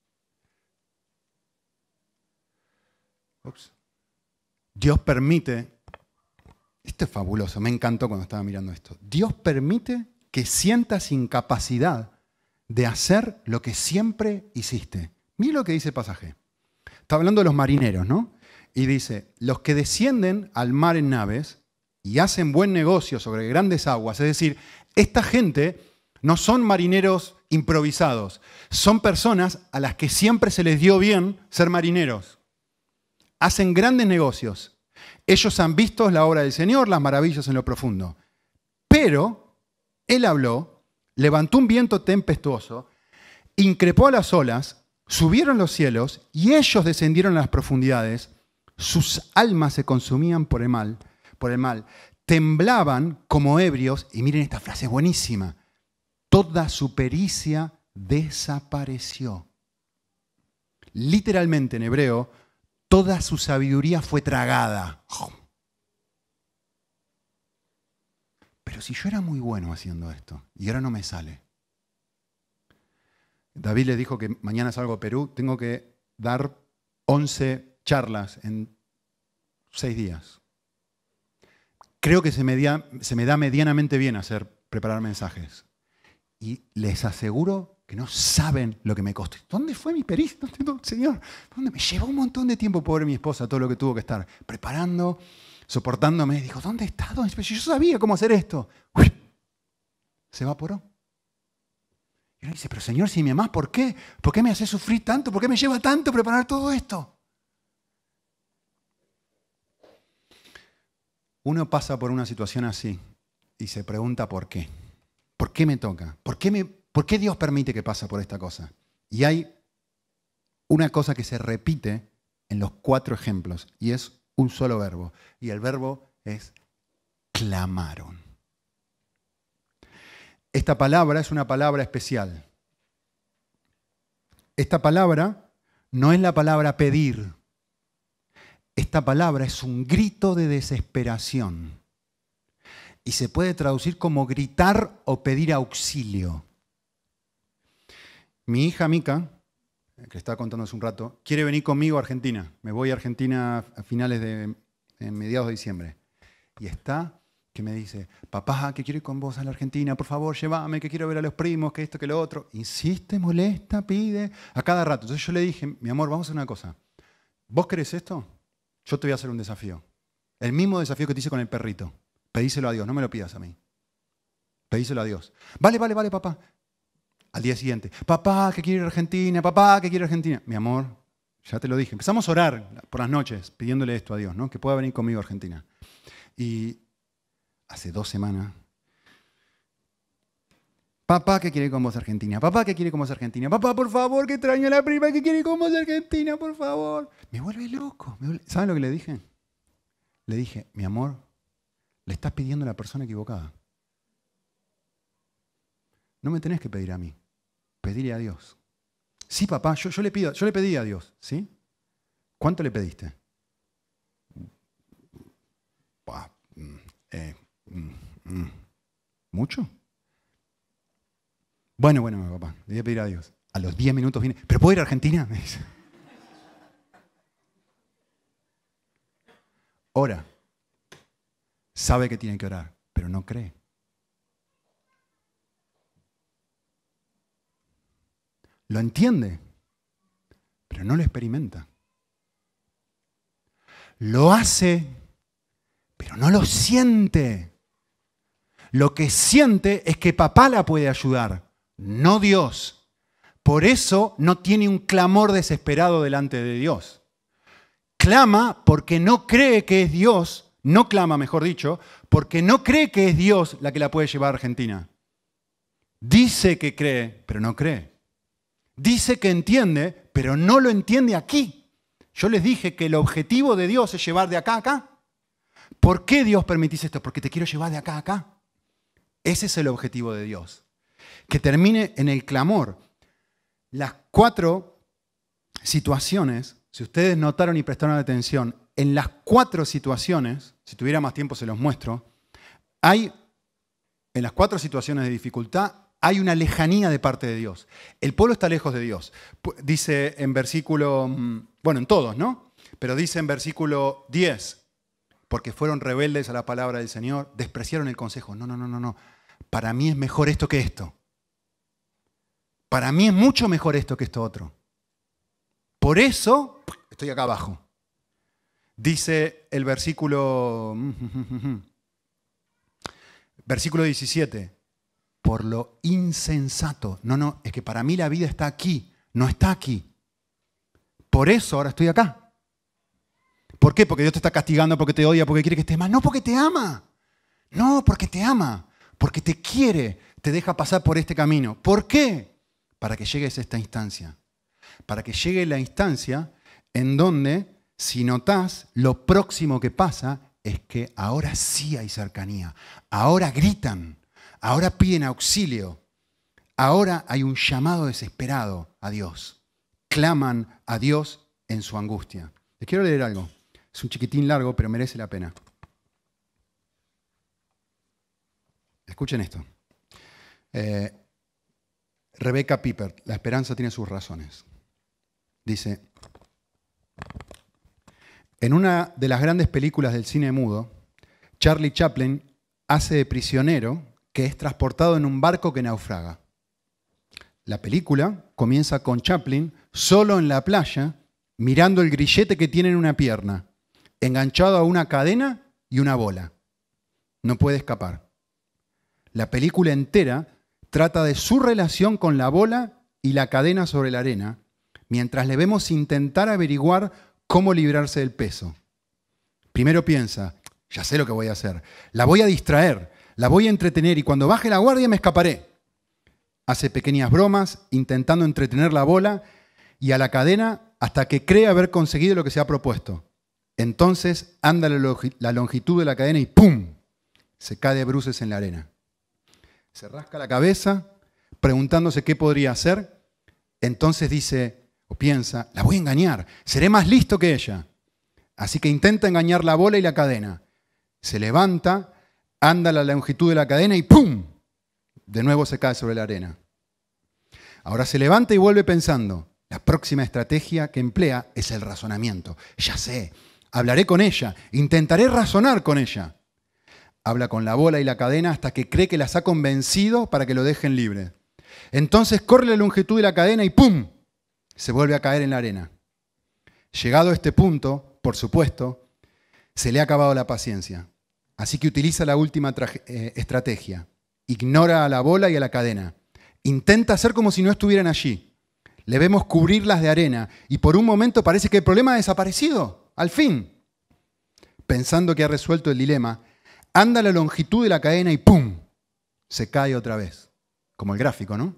Dios permite, esto es fabuloso, me encantó cuando estaba mirando esto. Dios permite que sientas incapacidad de hacer lo que siempre hiciste. Mira lo que dice el pasaje. Está hablando de los marineros, ¿no? Y dice, los que descienden al mar en naves y hacen buen negocio sobre grandes aguas, es decir, esta gente no son marineros improvisados, son personas a las que siempre se les dio bien ser marineros. Hacen grandes negocios. Ellos han visto la obra del Señor, las maravillas en lo profundo. Pero Él habló, levantó un viento tempestuoso, increpó a las olas, subieron los cielos y ellos descendieron a las profundidades. Sus almas se consumían por el mal, temblaban como ebrios, y miren esta frase buenísima, toda su pericia desapareció. Literalmente en hebreo, toda su sabiduría fue tragada. Pero si yo era muy bueno haciendo esto y ahora no me sale. David le dijo que mañana salgo a Perú, tengo que dar 11 charlas en 6 días. Creo que se me da medianamente bien preparar mensajes. Y les aseguro que no saben lo que me costó. ¿Dónde fue mi pericia? Señor, ¿dónde? Me llevó un montón de tiempo, pobre mi esposa, todo lo que tuvo que estar preparando, soportándome. Dijo, ¿dónde está? Yo sabía cómo hacer esto. Uy, se evaporó. Y uno dice, pero Señor, si me amás, ¿por qué? ¿Por qué me haces sufrir tanto? ¿Por qué me lleva tanto preparar todo esto? Uno pasa por una situación así y se pregunta ¿por qué? ¿Por qué me toca? ¿Por qué Dios permite que pase por esta cosa? Y hay una cosa que se repite en los 4 ejemplos y es un solo verbo. Y el verbo es clamaron. Esta palabra es una palabra especial. Esta palabra no es la palabra pedir. Esta palabra es un grito de desesperación. Y se puede traducir como gritar o pedir auxilio. Mi hija Mica, que estaba contando hace un rato, quiere venir conmigo a Argentina. Me voy a Argentina a finales en mediados de diciembre. Y está que me dice, papá, que quiero ir con vos a la Argentina, por favor, llévame, que quiero ver a los primos, que esto, que lo otro. Insiste, molesta, pide, a cada rato. Entonces yo le dije, mi amor, vamos a hacer una cosa. ¿Vos querés esto? Yo te voy a hacer un desafío. El mismo desafío que te hice con el perrito. Pedíselo a Dios, no me lo pidas a mí. Pedíselo a Dios. Vale, papá. Al día siguiente, papá, que quiero ir a Argentina, papá, que quiero ir a Argentina. Mi amor, ya te lo dije. Empezamos a orar por las noches, pidiéndole esto a Dios, ¿no? Que pueda venir conmigo a Argentina. Y hace 2 semanas, papá, que quiere ir con vos a Argentina, papá, que quiere ir con vos a Argentina, papá, por favor, que extraño a la prima que quiere ir con vos a Argentina, por favor. Me vuelve loco. ¿Saben lo que le dije? Le dije, mi amor, le estás pidiendo a la persona equivocada. No me tenés que pedir a mí, pedirle a Dios. Sí, papá, yo le pedí a Dios, ¿sí? ¿Cuánto le pediste? ¿Mucho? Bueno, papá, le voy a pedir a Dios. A los 10 minutos viene, ¿pero puedo ir a Argentina? Me dice. Ora. Sabe que tiene que orar, pero no cree. Lo entiende, pero no lo experimenta. Lo hace, pero no lo siente. Lo que siente es que papá la puede ayudar, no Dios. Por eso no tiene un clamor desesperado delante de Dios. Clama porque no cree que es Dios, no clama, mejor dicho, porque no cree que es Dios la que la puede llevar a Argentina. Dice que cree, pero no cree. Dice que entiende, pero no lo entiende aquí. Yo les dije que el objetivo de Dios es llevar de acá a acá. ¿Por qué Dios permitís esto? Porque te quiero llevar de acá a acá. Ese es el objetivo de Dios. Que termine en el clamor. Las 4 situaciones, si ustedes notaron y prestaron atención, en las 4 situaciones, si tuviera más tiempo se los muestro, en las 4 situaciones de dificultad, hay una lejanía de parte de Dios. El pueblo está lejos de Dios. Dice en versículo, bueno, en todos, ¿no? Pero dice en versículo 10, porque fueron rebeldes a la palabra del Señor, despreciaron el consejo. No. Para mí es mejor esto que esto. Para mí es mucho mejor esto que esto otro. Por eso estoy acá abajo. Dice el versículo 17. Por lo insensato. No, es que para mí la vida está aquí, no está aquí. Por eso ahora estoy acá. ¿Por qué? Porque Dios te está castigando, porque te odia, porque quiere que estés mal. No, porque te ama. No, porque te ama. Porque te quiere, te deja pasar por este camino. ¿Por qué? Para que llegues a esta instancia. Para que llegue la instancia en donde, si notás, lo próximo que pasa es que ahora sí hay cercanía. Ahora gritan. Ahora piden auxilio. Ahora hay un llamado desesperado a Dios. Claman a Dios en su angustia. Les quiero leer algo. Es un chiquitín largo, pero merece la pena. Escuchen esto. Rebecca Pippert, La esperanza tiene sus razones. Dice, en una de las grandes películas del cine mudo, Charlie Chaplin hace de prisionero que es transportado en un barco que naufraga. La película comienza con Chaplin solo en la playa, mirando el grillete que tiene en una pierna, enganchado a una cadena y una bola. No puede escapar. La película entera trata de su relación con la bola y la cadena sobre la arena, mientras le vemos intentar averiguar cómo librarse del peso. Primero piensa, ya sé lo que voy a hacer, la voy a distraer, la voy a entretener y cuando baje la guardia me escaparé. Hace pequeñas bromas intentando entretener la bola y a la cadena hasta que cree haber conseguido lo que se ha propuesto. Entonces anda la longitud de la cadena y ¡pum! Se cae de bruces en la arena. Se rasca la cabeza preguntándose qué podría hacer. Entonces dice o piensa, la voy a engañar, seré más listo que ella. Así que intenta engañar la bola y la cadena. Se levanta, anda la longitud de la cadena y ¡pum! De nuevo se cae sobre la arena. Ahora se levanta y vuelve pensando. La próxima estrategia que emplea es el razonamiento. Ya sé, hablaré con ella, intentaré razonar con ella. Habla con la bola y la cadena hasta que cree que las ha convencido para que lo dejen libre. Entonces corre la longitud de la cadena y ¡pum! Se vuelve a caer en la arena. Llegado a este punto, por supuesto, se le ha acabado la paciencia. Así que utiliza la última estrategia. Ignora a la bola y a la cadena. Intenta hacer como si no estuvieran allí. Le vemos cubrirlas de arena y por un momento parece que el problema ha desaparecido. Al fin. Pensando que ha resuelto el dilema, anda la longitud de la cadena y ¡pum! Se cae otra vez. Como el gráfico, ¿no?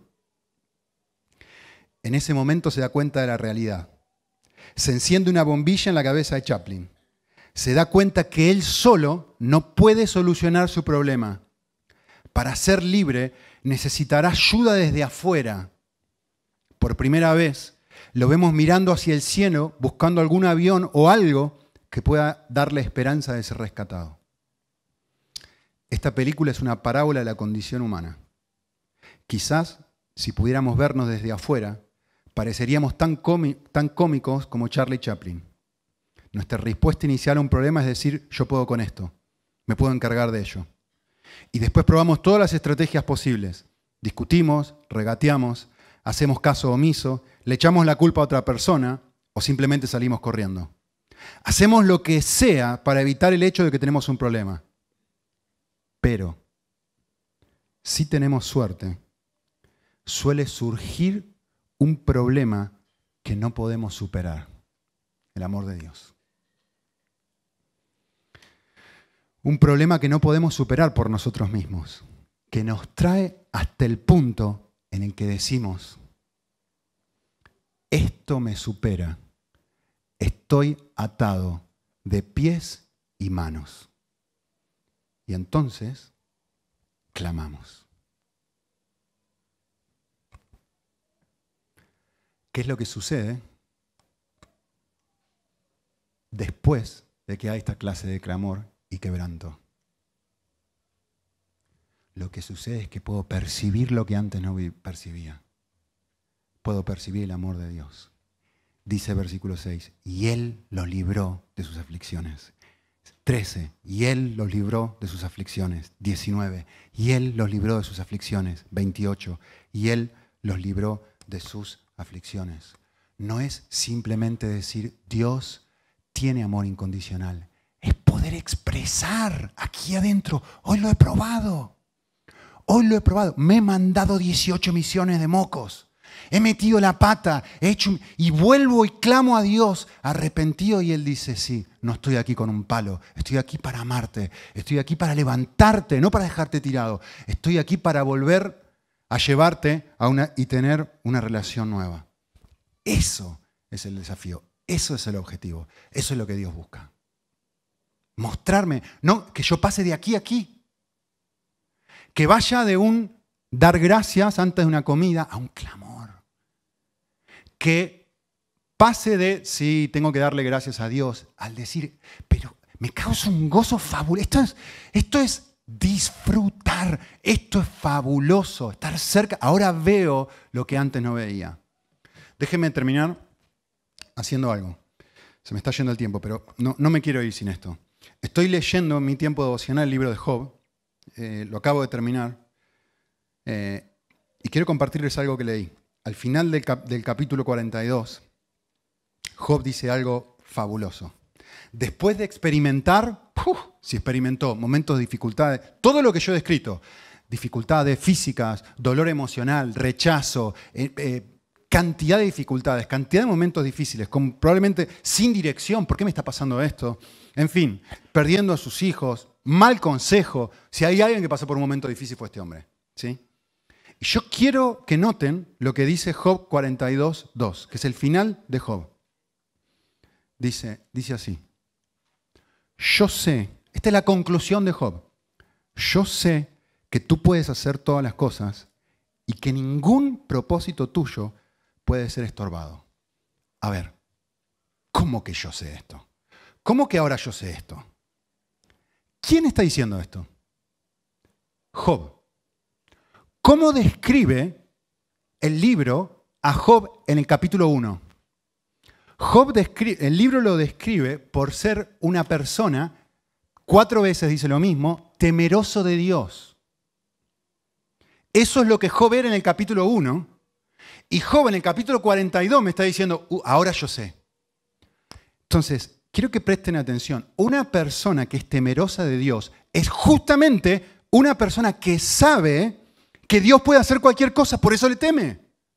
En ese momento se da cuenta de la realidad. Se enciende una bombilla en la cabeza de Chaplin. Se da cuenta que él solo no puede solucionar su problema. Para ser libre necesitará ayuda desde afuera. Por primera vez lo vemos mirando hacia el cielo, buscando algún avión o algo que pueda darle esperanza de ser rescatado. Esta película es una parábola de la condición humana. Quizás si pudiéramos vernos desde afuera, pareceríamos tan cómicos como Charlie Chaplin. Nuestra respuesta inicial a un problema es decir, yo puedo con esto, me puedo encargar de ello. Y después probamos todas las estrategias posibles. Discutimos, regateamos, hacemos caso omiso, le echamos la culpa a otra persona o simplemente salimos corriendo. Hacemos lo que sea para evitar el hecho de que tenemos un problema. Pero, si tenemos suerte, suele surgir un problema que no podemos superar. El amor de Dios. Un problema que no podemos superar por nosotros mismos, que nos trae hasta el punto en el que decimos, esto me supera, estoy atado de pies y manos. Y entonces clamamos. ¿Qué es lo que sucede después de que hay esta clase de clamor y quebranto? Lo que sucede es que puedo percibir lo que antes no percibía. Puedo percibir el amor de Dios. Dice versículo 6, y Él los libró de sus aflicciones. 13, y Él los libró de sus aflicciones. 19, y Él los libró de sus aflicciones. 28, y Él los libró de sus aflicciones. No es simplemente decir, Dios tiene amor incondicional. Es poder expresar aquí adentro, hoy lo he probado. Hoy lo he probado. Me he mandado 18 misiones de mocos. He metido la pata, he hecho y vuelvo y clamo a Dios arrepentido y Él dice, sí, no estoy aquí con un palo, estoy aquí para amarte, estoy aquí para levantarte, no para dejarte tirado. Estoy aquí para volver a llevarte y tener una relación nueva. Eso es el desafío, eso es el objetivo, eso es lo que Dios busca. Mostrarme, no que yo pase de aquí a aquí. Que vaya de un dar gracias antes de una comida a un clamor. Que pase de, sí, tengo que darle gracias a Dios, al decir, pero me causa un gozo fabuloso. Esto es disfrutar, esto es fabuloso, estar cerca. Ahora veo lo que antes no veía. Déjenme terminar haciendo algo. Se me está yendo el tiempo, pero no me quiero ir sin esto. Estoy leyendo en mi tiempo devocional el libro de Job. Lo acabo de terminar y quiero compartirles algo que leí. Al final del capítulo 42, Job dice algo fabuloso. Después de experimentar, si experimentó momentos de dificultades, todo lo que yo he descrito, dificultades físicas, dolor emocional, rechazo, cantidad de dificultades, cantidad de momentos difíciles, probablemente sin dirección, ¿por qué me está pasando esto? En fin, perdiendo a sus hijos, mal consejo. Si hay alguien que pasó por un momento difícil fue este hombre. ¿Sí? Y yo quiero que noten lo que dice Job 42:2, que es el final de Job. Dice así. Yo sé, esta es la conclusión de Job. Yo sé que tú puedes hacer todas las cosas y que ningún propósito tuyo puede ser estorbado. A ver, ¿cómo que yo sé esto? ¿Cómo que ahora yo sé esto? ¿Quién está diciendo esto? Job. ¿Cómo describe el libro a Job en el capítulo 1? El libro lo describe por ser una persona, 4 veces dice lo mismo, temeroso de Dios. Eso es lo que Job era en el capítulo 1. Y Job en el capítulo 42 me está diciendo, ahora yo sé. Entonces, quiero que presten atención. Una persona que es temerosa de Dios es justamente una persona que sabe que Dios puede hacer cualquier cosa, por eso le teme.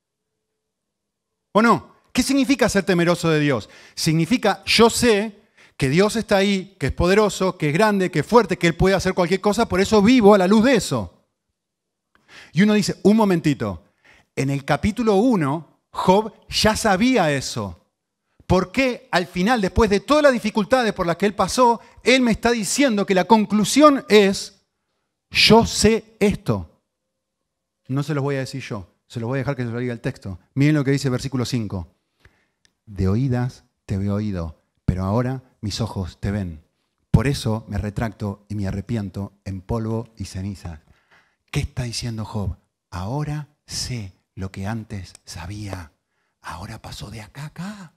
¿O no? ¿Qué significa ser temeroso de Dios? Significa, yo sé que Dios está ahí, que es poderoso, que es grande, que es fuerte, que Él puede hacer cualquier cosa, por eso vivo a la luz de eso. Y uno dice, un momentito, en el capítulo 1, Job ya sabía eso. ¿Por qué al final, después de todas las dificultades por las que él pasó, él me está diciendo que la conclusión es, yo sé esto? No se los voy a decir yo, se los voy a dejar que se lo diga el texto. Miren lo que dice el versículo 5. De oídas te he oído, pero ahora mis ojos te ven. Por eso me retracto y me arrepiento en polvo y ceniza. ¿Qué está diciendo Job? Ahora sé lo que antes sabía. Ahora pasó de acá a acá.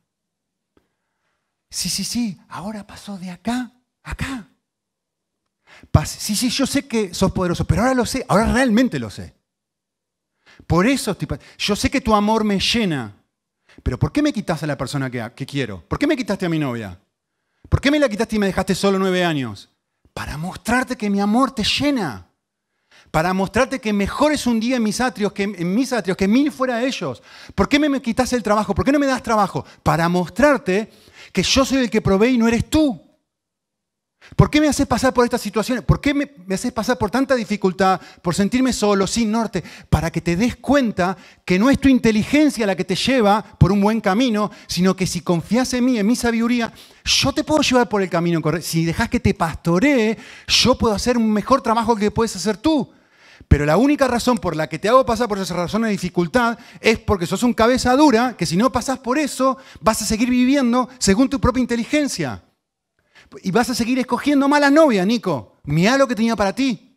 Sí, ahora pasó de acá a acá. Sí, yo sé que sos poderoso, pero ahora lo sé, ahora realmente lo sé. Por eso, yo sé que tu amor me llena, pero ¿por qué me quitas a la persona que quiero? ¿Por qué me quitaste a mi novia? ¿Por qué me la quitaste y me dejaste solo 9 años? Para mostrarte que mi amor te llena. Para mostrarte que mejor es un día en mis atrios que 1000 fuera de ellos. ¿Por qué me quitas el trabajo? ¿Por qué no me das trabajo? Para mostrarte que yo soy el que provee y no eres tú. ¿Por qué me haces pasar por estas situaciones? ¿Por qué me haces pasar por tanta dificultad, por sentirme solo, sin norte? Para que te des cuenta que no es tu inteligencia la que te lleva por un buen camino, sino que si confías en mí, en mi sabiduría, yo te puedo llevar por el camino correcto. Si dejas que te pastoree, yo puedo hacer un mejor trabajo que puedes hacer tú. Pero la única razón por la que te hago pasar por esa razón de dificultad es porque sos un cabeza dura, que si no pasás por eso, vas a seguir viviendo según tu propia inteligencia. Y vas a seguir escogiendo malas novias, Nico. Mirá lo que tenía para ti.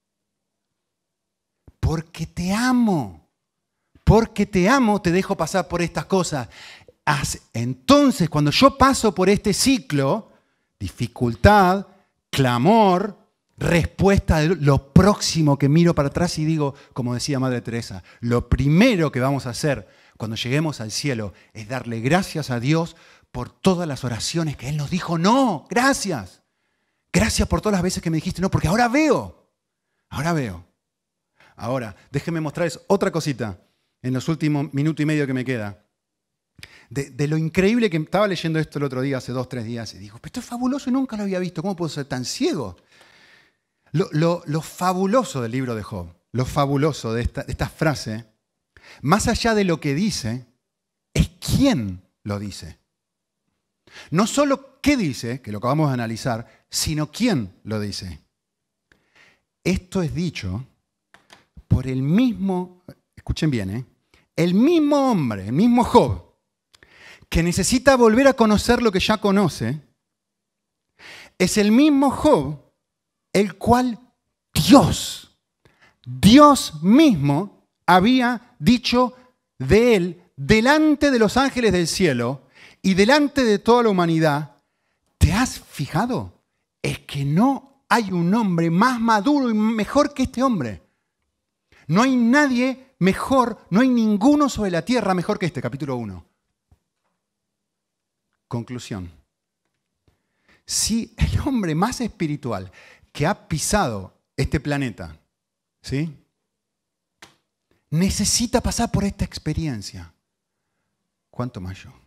Porque te amo. Porque te amo, te dejo pasar por estas cosas. Entonces, cuando yo paso por este ciclo, dificultad, clamor, respuesta de lo próximo que miro para atrás y digo, como decía Madre Teresa, lo primero que vamos a hacer cuando lleguemos al cielo es darle gracias a Dios por todas las oraciones que Él nos dijo, no, gracias. Gracias por todas las veces que me dijiste no, porque ahora veo. Ahora, déjenme mostrarles otra cosita en los últimos minuto y medio que me queda. De lo increíble que estaba leyendo esto el otro día, hace 2-3 días, y digo, pero esto es fabuloso y nunca lo había visto. ¿Cómo puedo ser tan ciego? Lo fabuloso del libro de Job, lo fabuloso de esta frase, más allá de lo que dice, es quién lo dice. No solo qué dice, que lo acabamos de analizar, sino quién lo dice. Esto es dicho por el mismo, escuchen bien, el mismo hombre, el mismo Job, que necesita volver a conocer lo que ya conoce, es el mismo Job el cual Dios mismo había dicho de él delante de los ángeles del cielo y delante de toda la humanidad, ¿te has fijado? Es que no hay un hombre más maduro y mejor que este hombre. No hay nadie mejor, no hay ninguno sobre la tierra mejor que este, capítulo 1. Conclusión. Si el hombre más espiritual que ha pisado este planeta, ¿sí?, necesita pasar por esta experiencia, ¿cuánto más yo?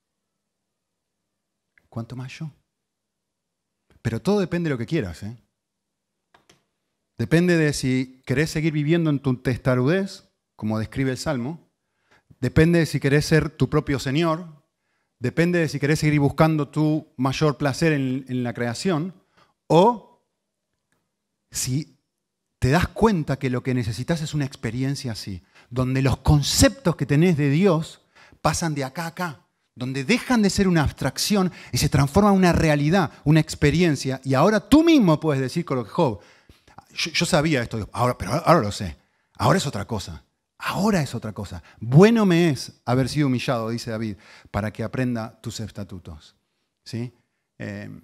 ¿Cuánto más yo? Pero todo depende de lo que quieras, ¿eh? Depende de si querés seguir viviendo en tu testarudez, como describe el Salmo. Depende de si querés ser tu propio Señor. Depende de si querés seguir buscando tu mayor placer en la creación. O si te das cuenta que lo que necesitas es una experiencia así, donde los conceptos que tenés de Dios pasan de acá a acá, donde dejan de ser una abstracción y se transforman en una realidad, una experiencia. Y ahora tú mismo puedes decir con lo que Job, yo sabía esto, pero ahora lo sé. Ahora es otra cosa. Ahora es otra cosa. Bueno me es haber sido humillado, dice David, para que aprenda tus estatutos. ¿Sí? En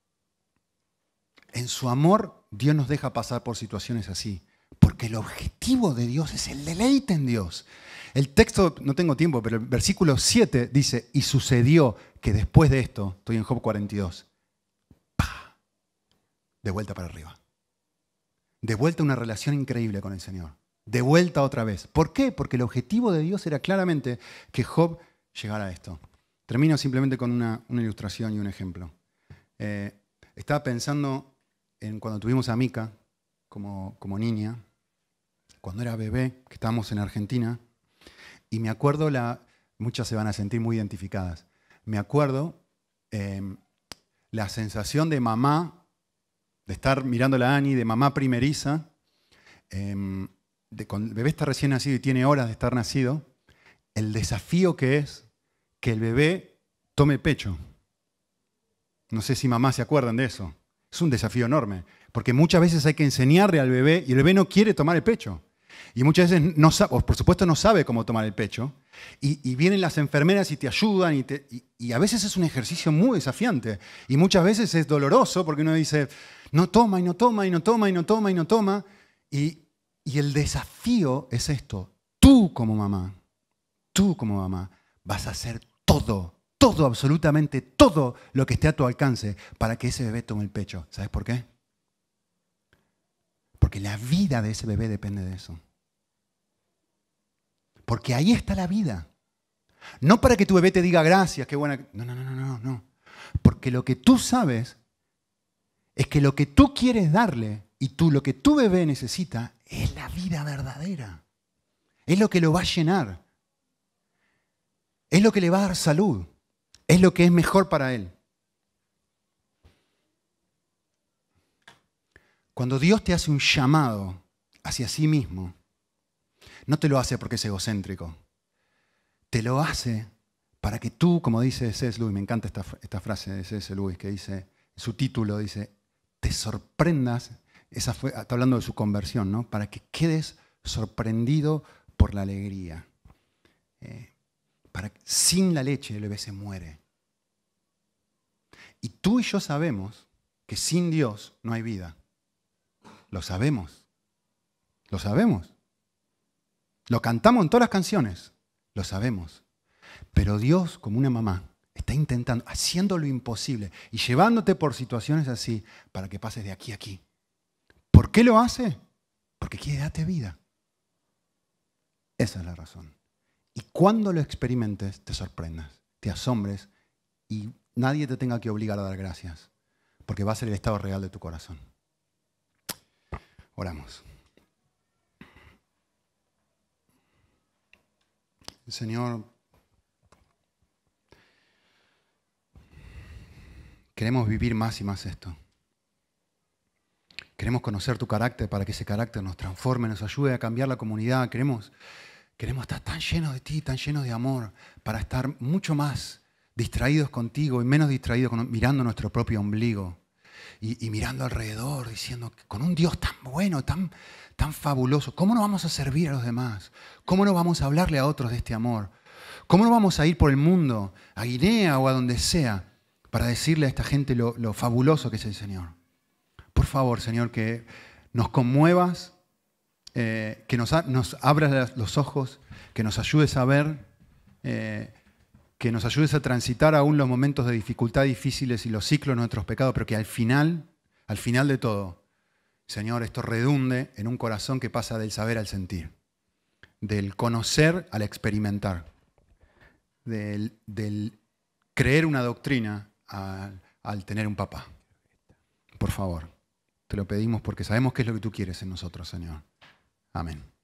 su amor, Dios nos deja pasar por situaciones así. Porque el objetivo de Dios es el deleite en Dios. El texto, no tengo tiempo, pero el versículo 7 dice, y sucedió que después de esto, estoy en Job 42, ¡pah!, de vuelta para arriba. De vuelta a una relación increíble con el Señor. De vuelta otra vez. ¿Por qué? Porque el objetivo de Dios era claramente que Job llegara a esto. Termino simplemente con una ilustración y un ejemplo. Estaba pensando en cuando tuvimos a Mica como niña, cuando era bebé, que estábamos en Argentina, y me acuerdo, muchas se van a sentir muy identificadas, me acuerdo la sensación de mamá, de estar mirándola a Ani, de mamá primeriza, cuando el bebé está recién nacido y tiene horas de estar nacido, el desafío que es que el bebé tome pecho. No sé si mamás se acuerdan de eso. Es un desafío enorme, porque muchas veces hay que enseñarle al bebé y el bebé no quiere tomar el pecho. Y muchas veces, no sabe, por supuesto, no sabe cómo tomar el pecho. Y vienen las enfermeras y te ayudan. Y a veces es un ejercicio muy desafiante. Y muchas veces es doloroso porque uno dice, no toma y no toma y no toma y no toma y no toma. Y el desafío es esto. Tú como mamá vas a hacer todo, absolutamente todo lo que esté a tu alcance para que ese bebé tome el pecho. ¿Sabes por qué? Porque la vida de ese bebé depende de eso. Porque ahí está la vida. No para que tu bebé te diga gracias, qué buena. No. Porque lo que tú sabes es que lo que tú quieres darle y lo que tu bebé necesita es la vida verdadera. Es lo que lo va a llenar. Es lo que le va a dar salud. Es lo que es mejor para él. Cuando Dios te hace un llamado hacia sí mismo, no te lo hace porque es egocéntrico. Te lo hace para que tú, como dice C.S. Lewis, me encanta esta frase de C.S. Lewis, que dice, su título dice, te sorprendas, está hablando de su conversión, ¿no? Para que quedes sorprendido por la alegría. Sin la leche el bebé se muere. Y tú y yo sabemos que sin Dios no hay vida. Lo sabemos. Lo sabemos. Lo cantamos en todas las canciones. Lo sabemos. Pero Dios, como una mamá, está intentando, haciendo lo imposible y llevándote por situaciones así para que pases de aquí a aquí. ¿Por qué lo hace? Porque quiere darte vida. Esa es la razón. Y cuando lo experimentes, te sorprendas, te asombres y nadie te tenga que obligar a dar gracias, porque va a ser el estado real de tu corazón. Oramos. Señor, queremos vivir más y más esto. Queremos conocer tu carácter para que ese carácter nos transforme, nos ayude a cambiar la comunidad. Queremos estar tan llenos de ti, tan llenos de amor, para estar mucho más distraídos contigo y menos distraídos mirando nuestro propio ombligo y mirando alrededor, diciendo, con un Dios tan bueno, tan fabuloso, ¿cómo no vamos a servir a los demás? ¿Cómo no vamos a hablarle a otros de este amor? ¿Cómo no vamos a ir por el mundo, a Guinea o a donde sea, para decirle a esta gente lo fabuloso que es el Señor? Por favor, Señor, que nos conmuevas, que nos abras los ojos, que nos ayudes a ver, que nos ayudes a transitar aún los momentos de dificultad difíciles y los ciclos de nuestros pecados, pero que al final de todo, Señor, esto redunde en un corazón que pasa del saber al sentir, del conocer al experimentar, del creer una doctrina al tener un papá. Por favor, te lo pedimos porque sabemos que es lo que tú quieres en nosotros, Señor. Amén.